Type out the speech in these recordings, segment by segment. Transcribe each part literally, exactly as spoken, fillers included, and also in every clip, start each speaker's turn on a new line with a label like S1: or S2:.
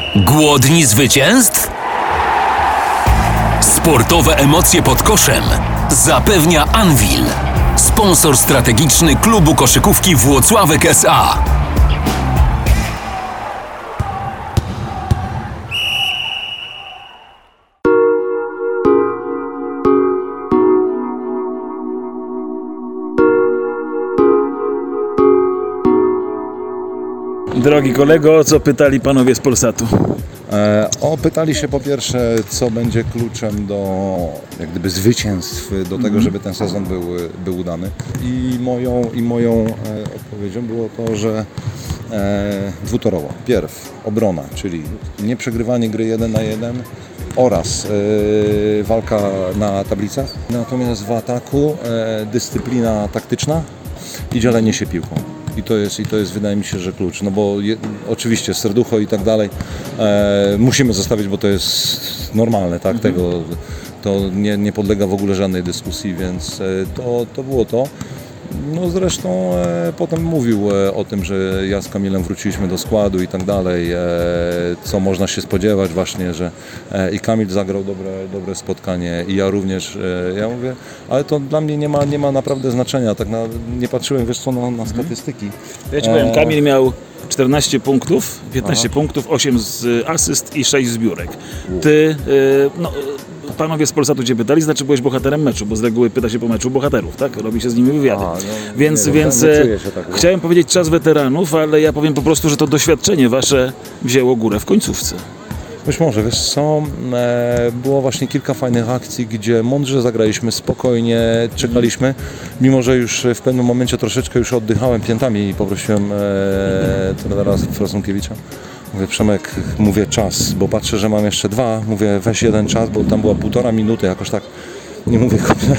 S1: Głodni zwycięstw? Sportowe emocje pod koszem zapewnia Anwil, sponsor strategiczny klubu koszykówki Włocławek S A.
S2: Drogi kolego, o co pytali panowie z Polsatu?
S3: E, o, pytali się po pierwsze, co będzie kluczem do jak gdyby zwycięstw, do tego, mm. żeby ten sezon był, był udany. I moją, i moją e, odpowiedzią było to, że e, dwutorowo. Pierw obrona, czyli nieprzegrywanie gry jeden na jeden oraz e, walka na tablicach. Natomiast w ataku e, dyscyplina taktyczna i dzielenie się piłką. I to jest, i to jest wydaje mi się, że klucz, no bo je, oczywiście serducho i tak dalej e, musimy zostawić, bo to jest normalne, tak, mhm. tego, to nie, nie podlega w ogóle żadnej dyskusji, więc e, to, to było to. No zresztą e, potem mówił e, o tym, że ja z Kamilem wróciliśmy do składu i tak dalej, e, co można się spodziewać właśnie, że e, i Kamil zagrał dobre, dobre spotkanie i ja również, e, ja mówię, ale to dla mnie nie ma, nie ma naprawdę znaczenia, tak na, nie patrzyłem wiesz co na, na statystyki.
S2: Ja ci powiem, Kamil miał czternaście punktów, piętnaście Aha. punktów, osiem z asyst i sześć zbiórek. Ty, e, no panowie z Polsatu cię pytali, znaczy byłeś bohaterem meczu, bo z reguły pyta się po meczu bohaterów, tak? Robi się z nimi wywiady. Aha, no, więc nie, więc nie czuję się tak, chciałem powiedzieć czas weteranów, ale ja powiem po prostu, że to doświadczenie wasze wzięło górę w końcówce.
S3: Być może, wiesz co, e, było właśnie kilka fajnych akcji, gdzie mądrze zagraliśmy, spokojnie czekaliśmy, mimo że już w pewnym momencie troszeczkę już oddychałem piętami i poprosiłem e, trenera Frasunkiewicza. Mówię, Przemek, mówię czas, bo patrzę, że mam jeszcze dwa, mówię weź jeden czas, bo tam była półtora minuty, jakoś tak, nie mówię,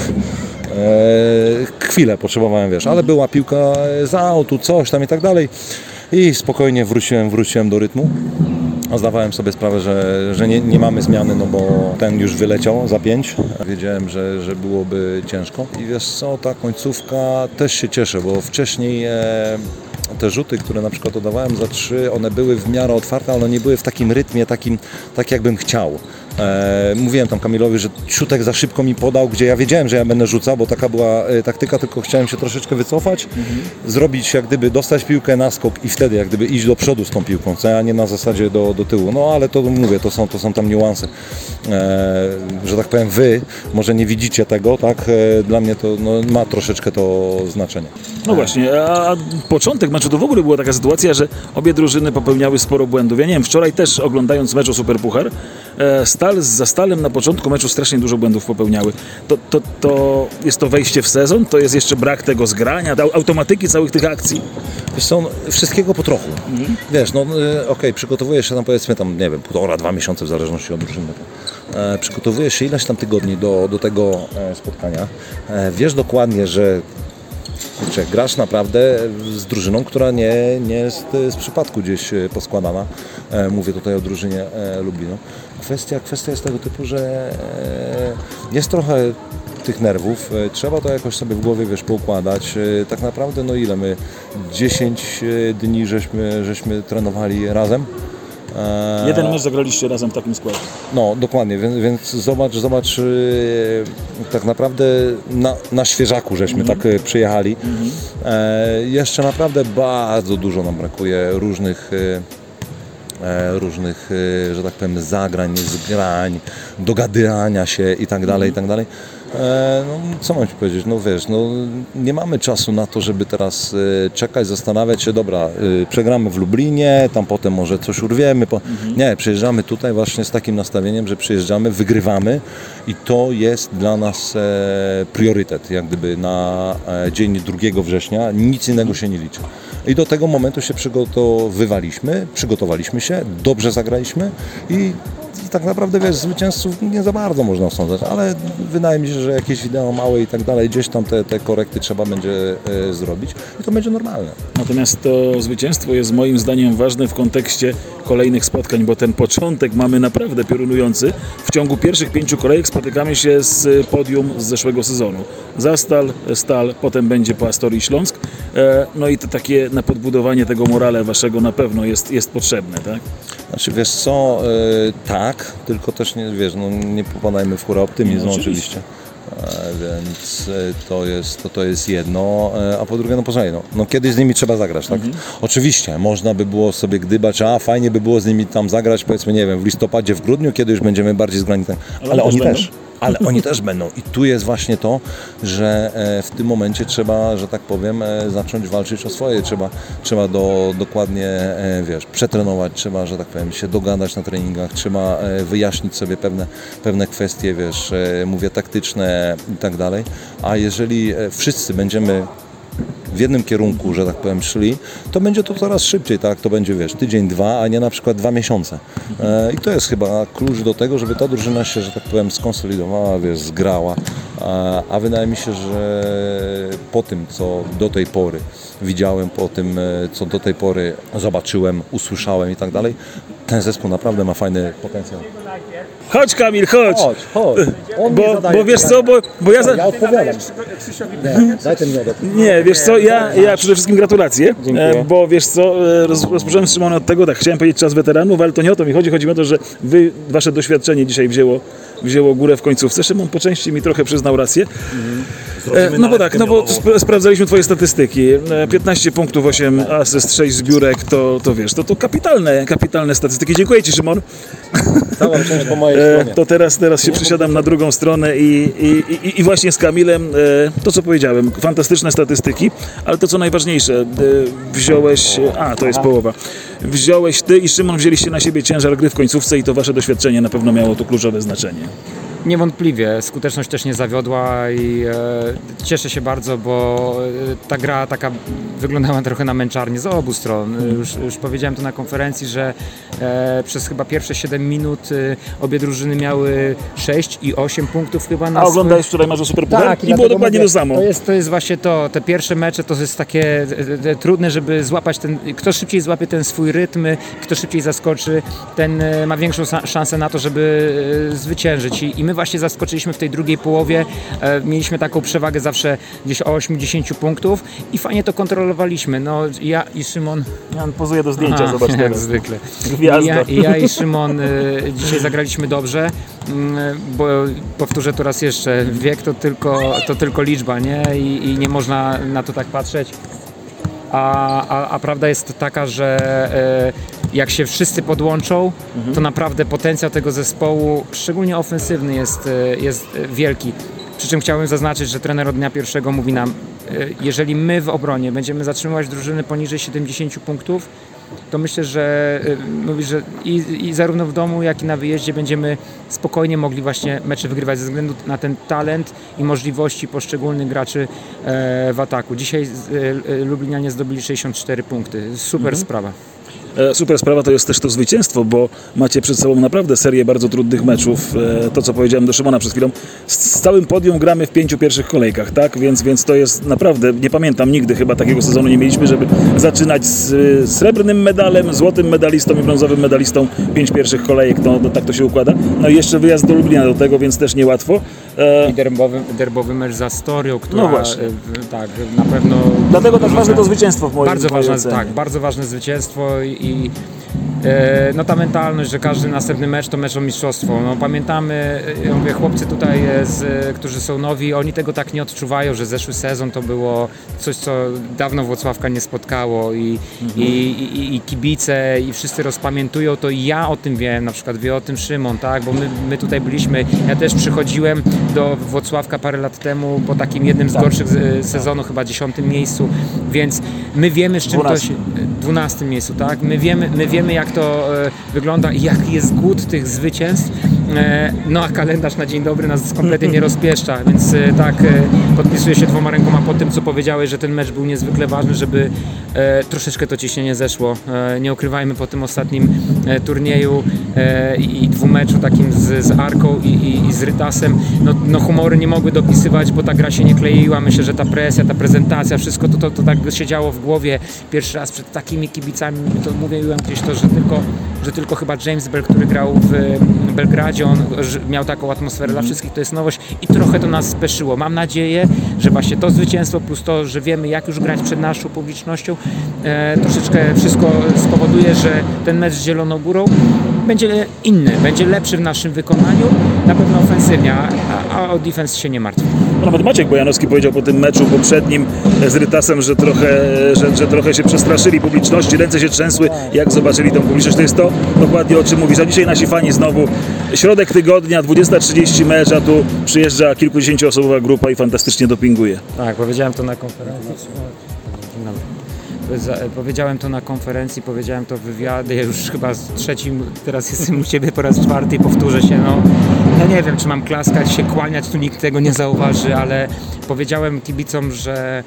S3: e, chwilę potrzebowałem, wiesz, ale była piłka z autu, coś tam i tak dalej i spokojnie wróciłem, wróciłem do rytmu. Zdawałem sobie sprawę, że, że nie, nie mamy zmiany, no bo ten już wyleciał za pięć. Wiedziałem, że, że byłoby ciężko. I wiesz co, ta końcówka też się cieszę, bo wcześniej e, te rzuty, które na przykład oddawałem za trzy, one były w miarę otwarte, ale one nie były w takim rytmie, takim, tak jakbym chciał. E, mówiłem tam Kamilowi, że ciutek za szybko mi podał, gdzie ja wiedziałem, że ja będę rzucał, bo taka była e, taktyka, tylko chciałem się troszeczkę wycofać, mhm. zrobić jak gdyby, dostać piłkę na skok i wtedy jak gdyby iść do przodu z tą piłką, co, a nie na zasadzie do, do tyłu. No ale to mówię, to są, to są tam niuanse, e, że tak powiem wy może nie widzicie tego, tak, e, dla mnie to no, ma troszeczkę to znaczenie.
S2: No właśnie, a początek meczu to w ogóle była taka sytuacja, że obie drużyny popełniały sporo błędów. Ja nie wiem, wczoraj też oglądając mecz o Superpuchar, e, Stal z Zastalem na początku meczu strasznie dużo błędów popełniały. To, to, to jest to wejście w sezon? To jest jeszcze brak tego zgrania, automatyki całych tych akcji?
S3: Wiesz co, wszystkiego po trochu. Mhm. Wiesz, no okej, okay, przygotowujesz się tam powiedzmy tam, nie wiem, półtora, dwa miesiące w zależności od drużyny. E, przygotowujesz się ileś tam tygodni do, do tego e, spotkania. E, wiesz dokładnie, że kurczę, grasz naprawdę z drużyną, która nie, nie jest z przypadku gdzieś poskładana. E, mówię tutaj o drużynie e, Lublinu. Kwestia, kwestia jest tego typu, że e, jest trochę tych nerwów. E, trzeba to jakoś sobie w głowie, wiesz, poukładać. E, tak naprawdę, no ile my? dziesięć dni żeśmy, żeśmy trenowali razem.
S2: E, Jeden mecz zagraliście razem w takim składzie.
S3: No, dokładnie, więc, więc zobacz, zobacz, e, tak naprawdę na, na świeżaku żeśmy mm. tak e, przyjechali. Mm. E, jeszcze naprawdę bardzo dużo nam brakuje różnych e, różnych, e, że tak powiem, zagrań, zgrań, dogadywania się i tak dalej, mm. i tak dalej. E, no, co mam ci powiedzieć, no wiesz, no, nie mamy czasu na to, żeby teraz e, czekać, zastanawiać się, dobra, e, przegramy w Lublinie, tam potem może coś urwiemy, po... mhm. nie, przyjeżdżamy tutaj właśnie z takim nastawieniem, że przyjeżdżamy, wygrywamy i to jest dla nas e, priorytet, jak gdyby na e, dzień drugiego września, nic innego się nie liczy. I do tego momentu się przygotowywaliśmy, przygotowaliśmy się, dobrze zagraliśmy i tak naprawdę, wiesz, zwycięzców nie za bardzo można osądzać, ale wydaje mi się, że jakieś wideo małe i tak dalej, gdzieś tam te, te korekty trzeba będzie e, zrobić i to będzie normalne.
S2: Natomiast to zwycięstwo jest moim zdaniem ważne w kontekście kolejnych spotkań, bo ten początek mamy naprawdę piorunujący. W ciągu pierwszych pięciu kolejek spotykamy się z podium z zeszłego sezonu. Zastal, Stal, potem będzie po Astorii Śląsk. E, no i to takie na podbudowanie tego morale waszego na pewno jest, jest potrzebne, tak?
S3: Znaczy, wiesz co, e, tak, tylko też nie, wiesz, no, nie popadajmy w hura optymizm,
S2: No,
S3: oczywiście. E, Więc e, to jest, to, to jest jedno, e, a po drugie, no posłuchaj, no, no kiedyś z nimi trzeba zagrać, tak?
S2: Mhm.
S3: Oczywiście, można by było sobie gdybać, a fajnie by było z nimi tam zagrać, powiedzmy, nie wiem, w listopadzie, w grudniu, kiedy już będziemy bardziej zgrani, ale, ale oni
S2: będą.
S3: też. Ale oni też będą. I tu jest właśnie to, że e, w tym momencie trzeba, że tak powiem, e, zacząć walczyć o swoje. Trzeba, trzeba do, dokładnie, e, wiesz, przetrenować, trzeba, że tak powiem, się dogadać na treningach, trzeba e, wyjaśnić sobie pewne, pewne kwestie, wiesz, e, mówię, taktyczne i tak dalej. A jeżeli e, wszyscy będziemy w jednym kierunku, że tak powiem, szli, to będzie to coraz szybciej, tak? To będzie, wiesz, tydzień, dwa, a nie na przykład dwa miesiące. E, I to jest chyba klucz do tego, żeby ta drużyna się, że tak powiem, skonsolidowała, wiesz, zgrała. A, a wydaje mi się, że po tym, co do tej pory widziałem, po tym, co do tej pory zobaczyłem, usłyszałem i tak dalej, ten zespół naprawdę ma fajny potencjał.
S2: Chodź Kamil, chodź!
S3: Chodź, chodź. On
S2: Bo, bo wiesz co, bo, bo ja... Za...
S3: Ja odpowiadam. Nie, daj ten miodek.
S2: Nie, wiesz co, ja, ja przede wszystkim gratulacje,
S3: Dziękuję.
S2: e, bo wiesz co, e, roz, rozpocząłem z Szymonem od tego, tak, chciałem powiedzieć czas weteranów, ale to nie o to mi chodzi, chodzi mi o to, że wy, wasze doświadczenie dzisiaj wzięło, wzięło górę w końcówce. Szymon po części mi trochę przyznał rację. E, no bo tak, no bo sp- sprawdzaliśmy twoje statystyki, e, piętnaście punktów, osiem asyst, sześć zbiórek, to, to wiesz, to, to kapitalne, kapitalne statystyki. Dziękuję ci, Szymon.
S3: Cała część po mojej
S2: E,
S3: stronie.
S2: to teraz, teraz się przesiadam na drugą stronę i, i, i, i właśnie z Kamilem, e, to co powiedziałem, fantastyczne statystyki, ale to co najważniejsze, e, wziąłeś, a to jest połowa, wziąłeś ty i Szymon, wzięliście na siebie ciężar gry w końcówce i to wasze doświadczenie na pewno miało tu kluczowe znaczenie.
S4: Niewątpliwie, skuteczność też nie zawiodła i e, cieszę się bardzo, bo e, ta gra taka wyglądała trochę na męczarnię z obu stron. E, już, już powiedziałem to na konferencji, że e, przez chyba pierwsze siedem minut e, obie drużyny miały sześć i osiem punktów chyba na
S2: A oglądałeś wczoraj Marzo Superpuchar?
S4: Tak,
S2: I było
S4: dlatego
S2: dokładnie
S4: mówię,
S2: to samo.
S4: To jest, to jest właśnie to, te pierwsze mecze to jest takie e, e, trudne, żeby złapać ten, kto szybciej złapie ten swój rytm, kto szybciej zaskoczy, ten e, ma większą sa- szansę na to, żeby e, zwyciężyć. I, i my właśnie zaskoczyliśmy w tej drugiej połowie, e, mieliśmy taką przewagę zawsze gdzieś osiem do dziesięciu punktów i fajnie to kontrolowaliśmy. No ja i Szymon...
S2: Ja pozuję do zdjęcia,
S4: Aha,
S2: zobacz
S4: jak
S2: teraz.
S4: zwykle. I
S2: Gwiazda.
S4: ja, i ja i Szymon y, dzisiaj zagraliśmy dobrze, mm, bo powtórzę to raz jeszcze, wiek to tylko, to tylko liczba, nie? I, i nie można na to tak patrzeć. A, a, a prawda jest taka, że e, jak się wszyscy podłączą, to naprawdę potencjał tego zespołu, szczególnie ofensywny, jest, e, jest wielki. Przy czym chciałbym zaznaczyć, że trener od dnia pierwszego mówi nam, e, jeżeli my w obronie będziemy zatrzymywać drużyny poniżej siedemdziesięciu punktów, to myślę, że e, mówi, że i, i zarówno w domu, jak i na wyjeździe będziemy spokojnie mogli właśnie mecze wygrywać ze względu na ten talent i możliwości poszczególnych graczy e, w ataku. Dzisiaj e, e, Lublinianie zdobyli sześćdziesiąt cztery punkty. Super sprawa.
S2: E, Super sprawa to jest też to zwycięstwo, bo macie przed sobą naprawdę serię bardzo trudnych meczów. E, To, co powiedziałem do Szymona przed chwilą, z, z całym podium gramy w pięciu pierwszych kolejkach, tak? Więc, więc to jest naprawdę, nie pamiętam nigdy chyba takiego sezonu nie mieliśmy, żeby zaczynać z y, srebrnym medalem, złotym medalistą i brązowym medalistą pięć pierwszych kolejek, no, no tak to się układa. No i jeszcze wyjazd do Lublina do tego, więc też niełatwo. E,
S4: I derbowy, derbowy mecz za Astorią, która
S2: No właśnie.
S4: e, w- tak, na pewno...
S2: Dlatego tak ważne to zwycięstwo w moim
S4: Bardzo
S2: w mojej
S4: ważne,
S2: ocenie.
S4: tak, bardzo ważne zwycięstwo i, i e, no ta mentalność, że każdy następny mecz to mecz o mistrzostwo. No, pamiętamy, ja mówię, chłopcy tutaj, e, z, którzy są nowi, oni tego tak nie odczuwają, że zeszły sezon to było coś, co dawno Włocławka nie spotkało i,
S2: Mhm.
S4: i, i, i kibice i wszyscy rozpamiętują to i ja o tym wiem, na przykład wie o tym Szymon, tak, bo my, my tutaj byliśmy, ja też przychodziłem do Włocławka parę lat temu po takim jednym z gorszych z, sezonów, chyba dziesiątym miejscu, więc my wiemy, z czym
S2: Dwunastym.
S4: to się... dwunastym miejscu, tak? My wiemy, my wiemy jak to e, wygląda i jaki jest głód tych zwycięstw No a kalendarz na dzień dobry nas kompletnie nie rozpieszcza, więc tak, podpisuję się dwoma rękoma po tym, co powiedziałeś, że ten mecz był niezwykle ważny, żeby troszeczkę to ciśnienie zeszło. Nie ukrywajmy, po tym ostatnim turnieju i dwumeczu takim z, z Arką i, i, i z Rytasem, no, no humory nie mogły dopisywać, bo ta gra się nie kleiła. Myślę, że ta presja, ta prezentacja, wszystko to, to, to tak siedziało w głowie. Pierwszy raz przed takimi kibicami, to mówiłem gdzieś to, że tylko, że tylko chyba James Bell, który grał w Belgradzie, on miał taką atmosferę dla wszystkich, to jest nowość i trochę to nas speszyło. Mam nadzieję, że właśnie to zwycięstwo plus to, że wiemy, jak już grać przed naszą publicznością, e, troszeczkę wszystko spowoduje, że ten mecz z Zieloną Górą będzie inny, będzie lepszy w naszym wykonaniu, na pewno ofensywnie, a, a o defense się nie martwi.
S2: Nawet Maciek Bojanowski powiedział po tym meczu poprzednim z Rytasem, że trochę, że, że trochę się przestraszyli publiczności, ręce się trzęsły, jak zobaczyli tą publiczność. To jest to dokładnie, o czym mówisz. A dzisiaj nasi fani znowu, środek tygodnia, dwudziesta trzydzieści mecz, a tu przyjeżdża kilkudziesięcioosobowa grupa i fantastycznie dopinguje.
S4: Tak, powiedziałem to na konferencji. Powiedziałem to na konferencji, powiedziałem to w wywiadzie, już chyba z trzecim, teraz jestem u Ciebie po raz czwarty i powtórzę się, no ja nie wiem, czy mam klaskać, się kłaniać, tu nikt tego nie zauważy, ale powiedziałem kibicom, że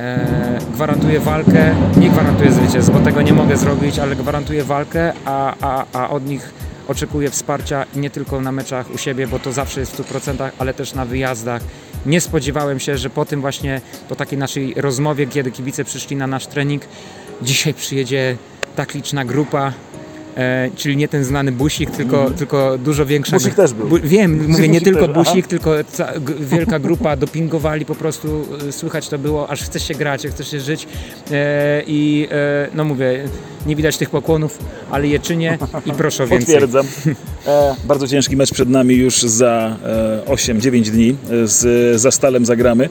S4: e, gwarantuję walkę, nie gwarantuję zwycięstwa, bo tego nie mogę zrobić, ale gwarantuję walkę, a, a, a od nich oczekuję wsparcia nie tylko na meczach u siebie, bo to zawsze jest w stu procentach, ale też na wyjazdach. Nie spodziewałem się, że po tym właśnie, po takiej naszej rozmowie, kiedy kibice przyszli na nasz trening, dzisiaj przyjedzie tak liczna grupa, e, czyli nie ten znany Busik, tylko, mm. tylko dużo większa...
S2: Busik też był.
S4: Bu, wiem, mówię nie tylko
S2: też,
S4: Busik,
S2: aha.
S4: tylko ca, g, wielka grupa, dopingowali po prostu, słychać to było, aż chce się grać, chce się żyć e, i e, no mówię, nie widać tych pokłonów, ale je czynię i proszę o więcej.
S2: Potwierdzam. E, bardzo ciężki mecz przed nami już za e, osiem dziewięć dni. Z Zastalem zagramy.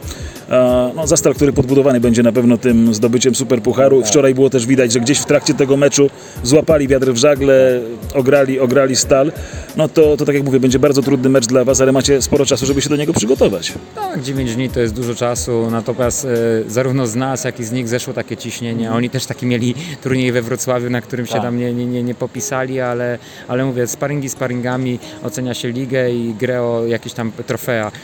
S2: E, no, Zastal, który podbudowany będzie na pewno tym zdobyciem Superpucharu. Wczoraj było też widać, że gdzieś w trakcie tego meczu złapali wiatr w żagle, ograli, ograli Stal. No to, to tak jak mówię, będzie bardzo trudny mecz dla Was, ale macie sporo czasu, żeby się do niego przygotować.
S4: Tak, dziewięć dni to jest dużo czasu, natomiast e, zarówno z nas, jak i z nich zeszło takie ciśnienie. Oni też taki mieli turniej we Wrocławiu, na którym się
S2: tak.
S4: tam nie, nie, nie, nie popisali, ale, ale mówię, sparingi sparingami, ocenia się ligę i grę o jakieś tam trofea.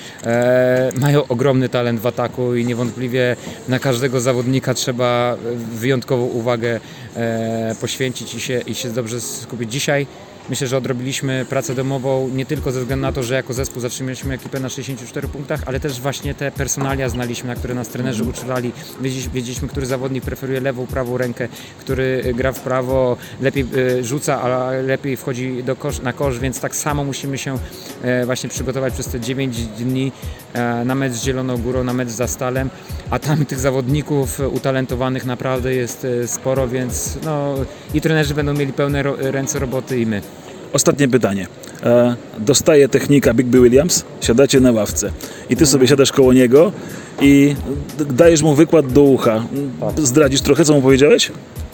S4: E, mają ogromny talent w ataku i niewątpliwie na każdego zawodnika trzeba wyjątkową uwagę e, poświęcić i się, i się dobrze skupić. Dzisiaj myślę, że odrobiliśmy pracę domową nie tylko ze względu na to, że jako zespół zatrzymaliśmy ekipę na sześćdziesięciu czterech punktach, ale też właśnie te personalia znaliśmy, na które nas trenerzy uczulali. Wiedzieliśmy, który zawodnik preferuje lewą, prawą rękę, który gra w prawo, lepiej rzuca, a lepiej wchodzi do kosz, na kosz, więc tak samo musimy się właśnie przygotować przez te dziewięć dni na mecz z Zieloną Górą, na mecz z Zastalem, a tam tych zawodników utalentowanych naprawdę jest sporo, więc no, i trenerzy będą mieli pełne ro- ręce roboty i my.
S2: Ostatnie pytanie. E, dostaje technika Bigby Williams, siadacie na ławce i ty sobie siadasz koło niego i dajesz mu wykład do ucha. Zdradzisz trochę, co mu powiedziałeś?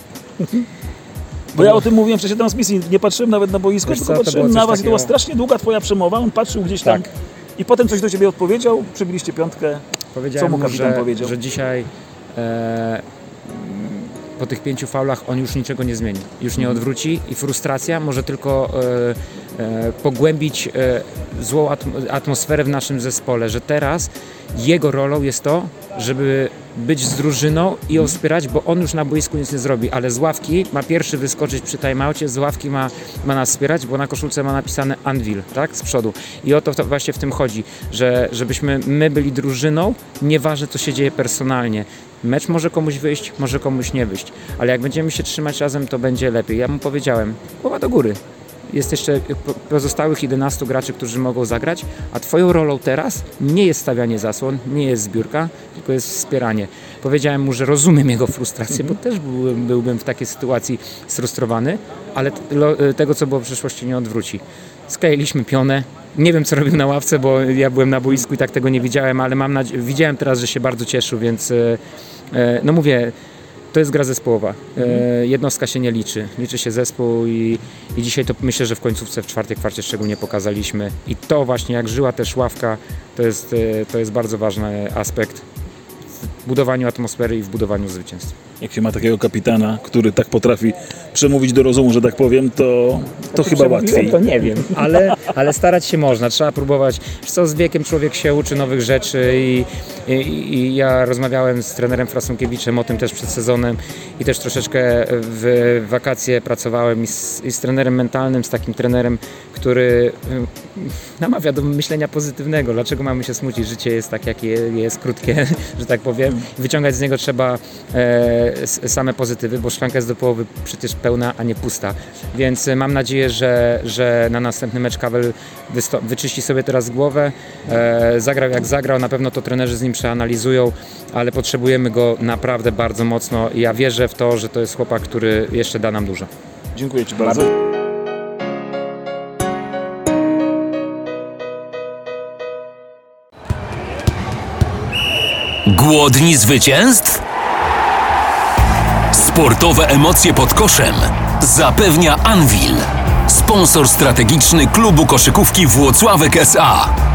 S2: Bo ja o tym mówiłem w czasie transmisji, nie patrzyłem nawet na boisko,
S4: Wiesz
S2: tylko
S4: co, to
S2: patrzyłem
S4: było
S2: na
S4: coś
S2: was i to była
S4: takiego.
S2: strasznie długa twoja przemowa, on patrzył gdzieś tam
S4: Tak.
S2: i potem coś do ciebie odpowiedział, przybiliście piątkę.
S4: Powiedziałem
S2: Co mu
S4: mu,
S2: kapitan
S4: że,
S2: powiedział?
S4: że dzisiaj e, po tych pięciu faulach on już niczego nie zmieni, już nie odwróci i frustracja może tylko e, e, pogłębić e, złą atm- atmosferę w naszym zespole, że teraz jego rolą jest to, żeby być z drużyną i ją wspierać, bo on już na boisku nic nie zrobi, ale z ławki ma pierwszy wyskoczyć przy timeoutie, z ławki ma, ma nas wspierać, bo na koszulce ma napisane Anvil, tak, z przodu. I o to, to właśnie w tym chodzi, że żebyśmy my byli drużyną, nieważne co się dzieje personalnie. Mecz może komuś wyjść, może komuś nie wyjść, ale jak będziemy się trzymać razem, to będzie lepiej. Ja mu powiedziałem, głowa do góry. Jest jeszcze pozostałych jedenastu graczy, którzy mogą zagrać, a twoją rolą teraz nie jest stawianie zasłon, nie jest zbiórka, tylko jest wspieranie. Powiedziałem mu, że rozumiem jego frustrację, bo też byłbym, byłbym w takiej sytuacji sfrustrowany, ale t- tego, co było w przeszłości, nie odwróci. Skleiliśmy pionę. Nie wiem, co robił na ławce, bo ja byłem na boisku i tak tego nie widziałem, ale mam nadzie- widziałem teraz, że się bardzo cieszył, więc e, e, no mówię, to jest gra zespołowa. E, jednostka się nie liczy. Liczy się zespół i, i dzisiaj to myślę, że w końcówce, w czwartej kwarcie szczególnie pokazaliśmy. I to właśnie, jak żyła też ławka, to jest, e, to jest bardzo ważny aspekt w budowaniu atmosfery i w budowaniu zwycięstw.
S2: Jak się ma takiego kapitana, który tak potrafi przemówić do rozumu, że tak powiem, to, to chyba łatwiej.
S4: To nie wiem, ale, ale starać się można, trzeba próbować. Wiesz co, z wiekiem człowiek się uczy nowych rzeczy i, i, i ja rozmawiałem z trenerem Frasunkiewiczem o tym też przed sezonem i też troszeczkę w wakacje pracowałem i z, i z trenerem mentalnym, z takim trenerem, który namawia do myślenia pozytywnego. Dlaczego mamy się smucić? Życie jest tak, jakie jest, krótkie, że tak powiem. Wyciągać z niego trzeba e, same pozytywy, bo szklanka jest do połowy przecież pełna, a nie pusta. Więc mam nadzieję, że, że na następny mecz Kawel wyczyści sobie teraz głowę. E, zagrał jak zagrał, na pewno to trenerzy z nim przeanalizują, ale potrzebujemy go naprawdę bardzo mocno i ja wierzę w to, że to jest chłopak, który jeszcze da nam dużo.
S2: Dziękuję Ci bardzo.
S1: Głodni zwycięstw? Sportowe emocje pod koszem zapewnia Anvil, sponsor strategiczny klubu koszykówki Włocławek S A.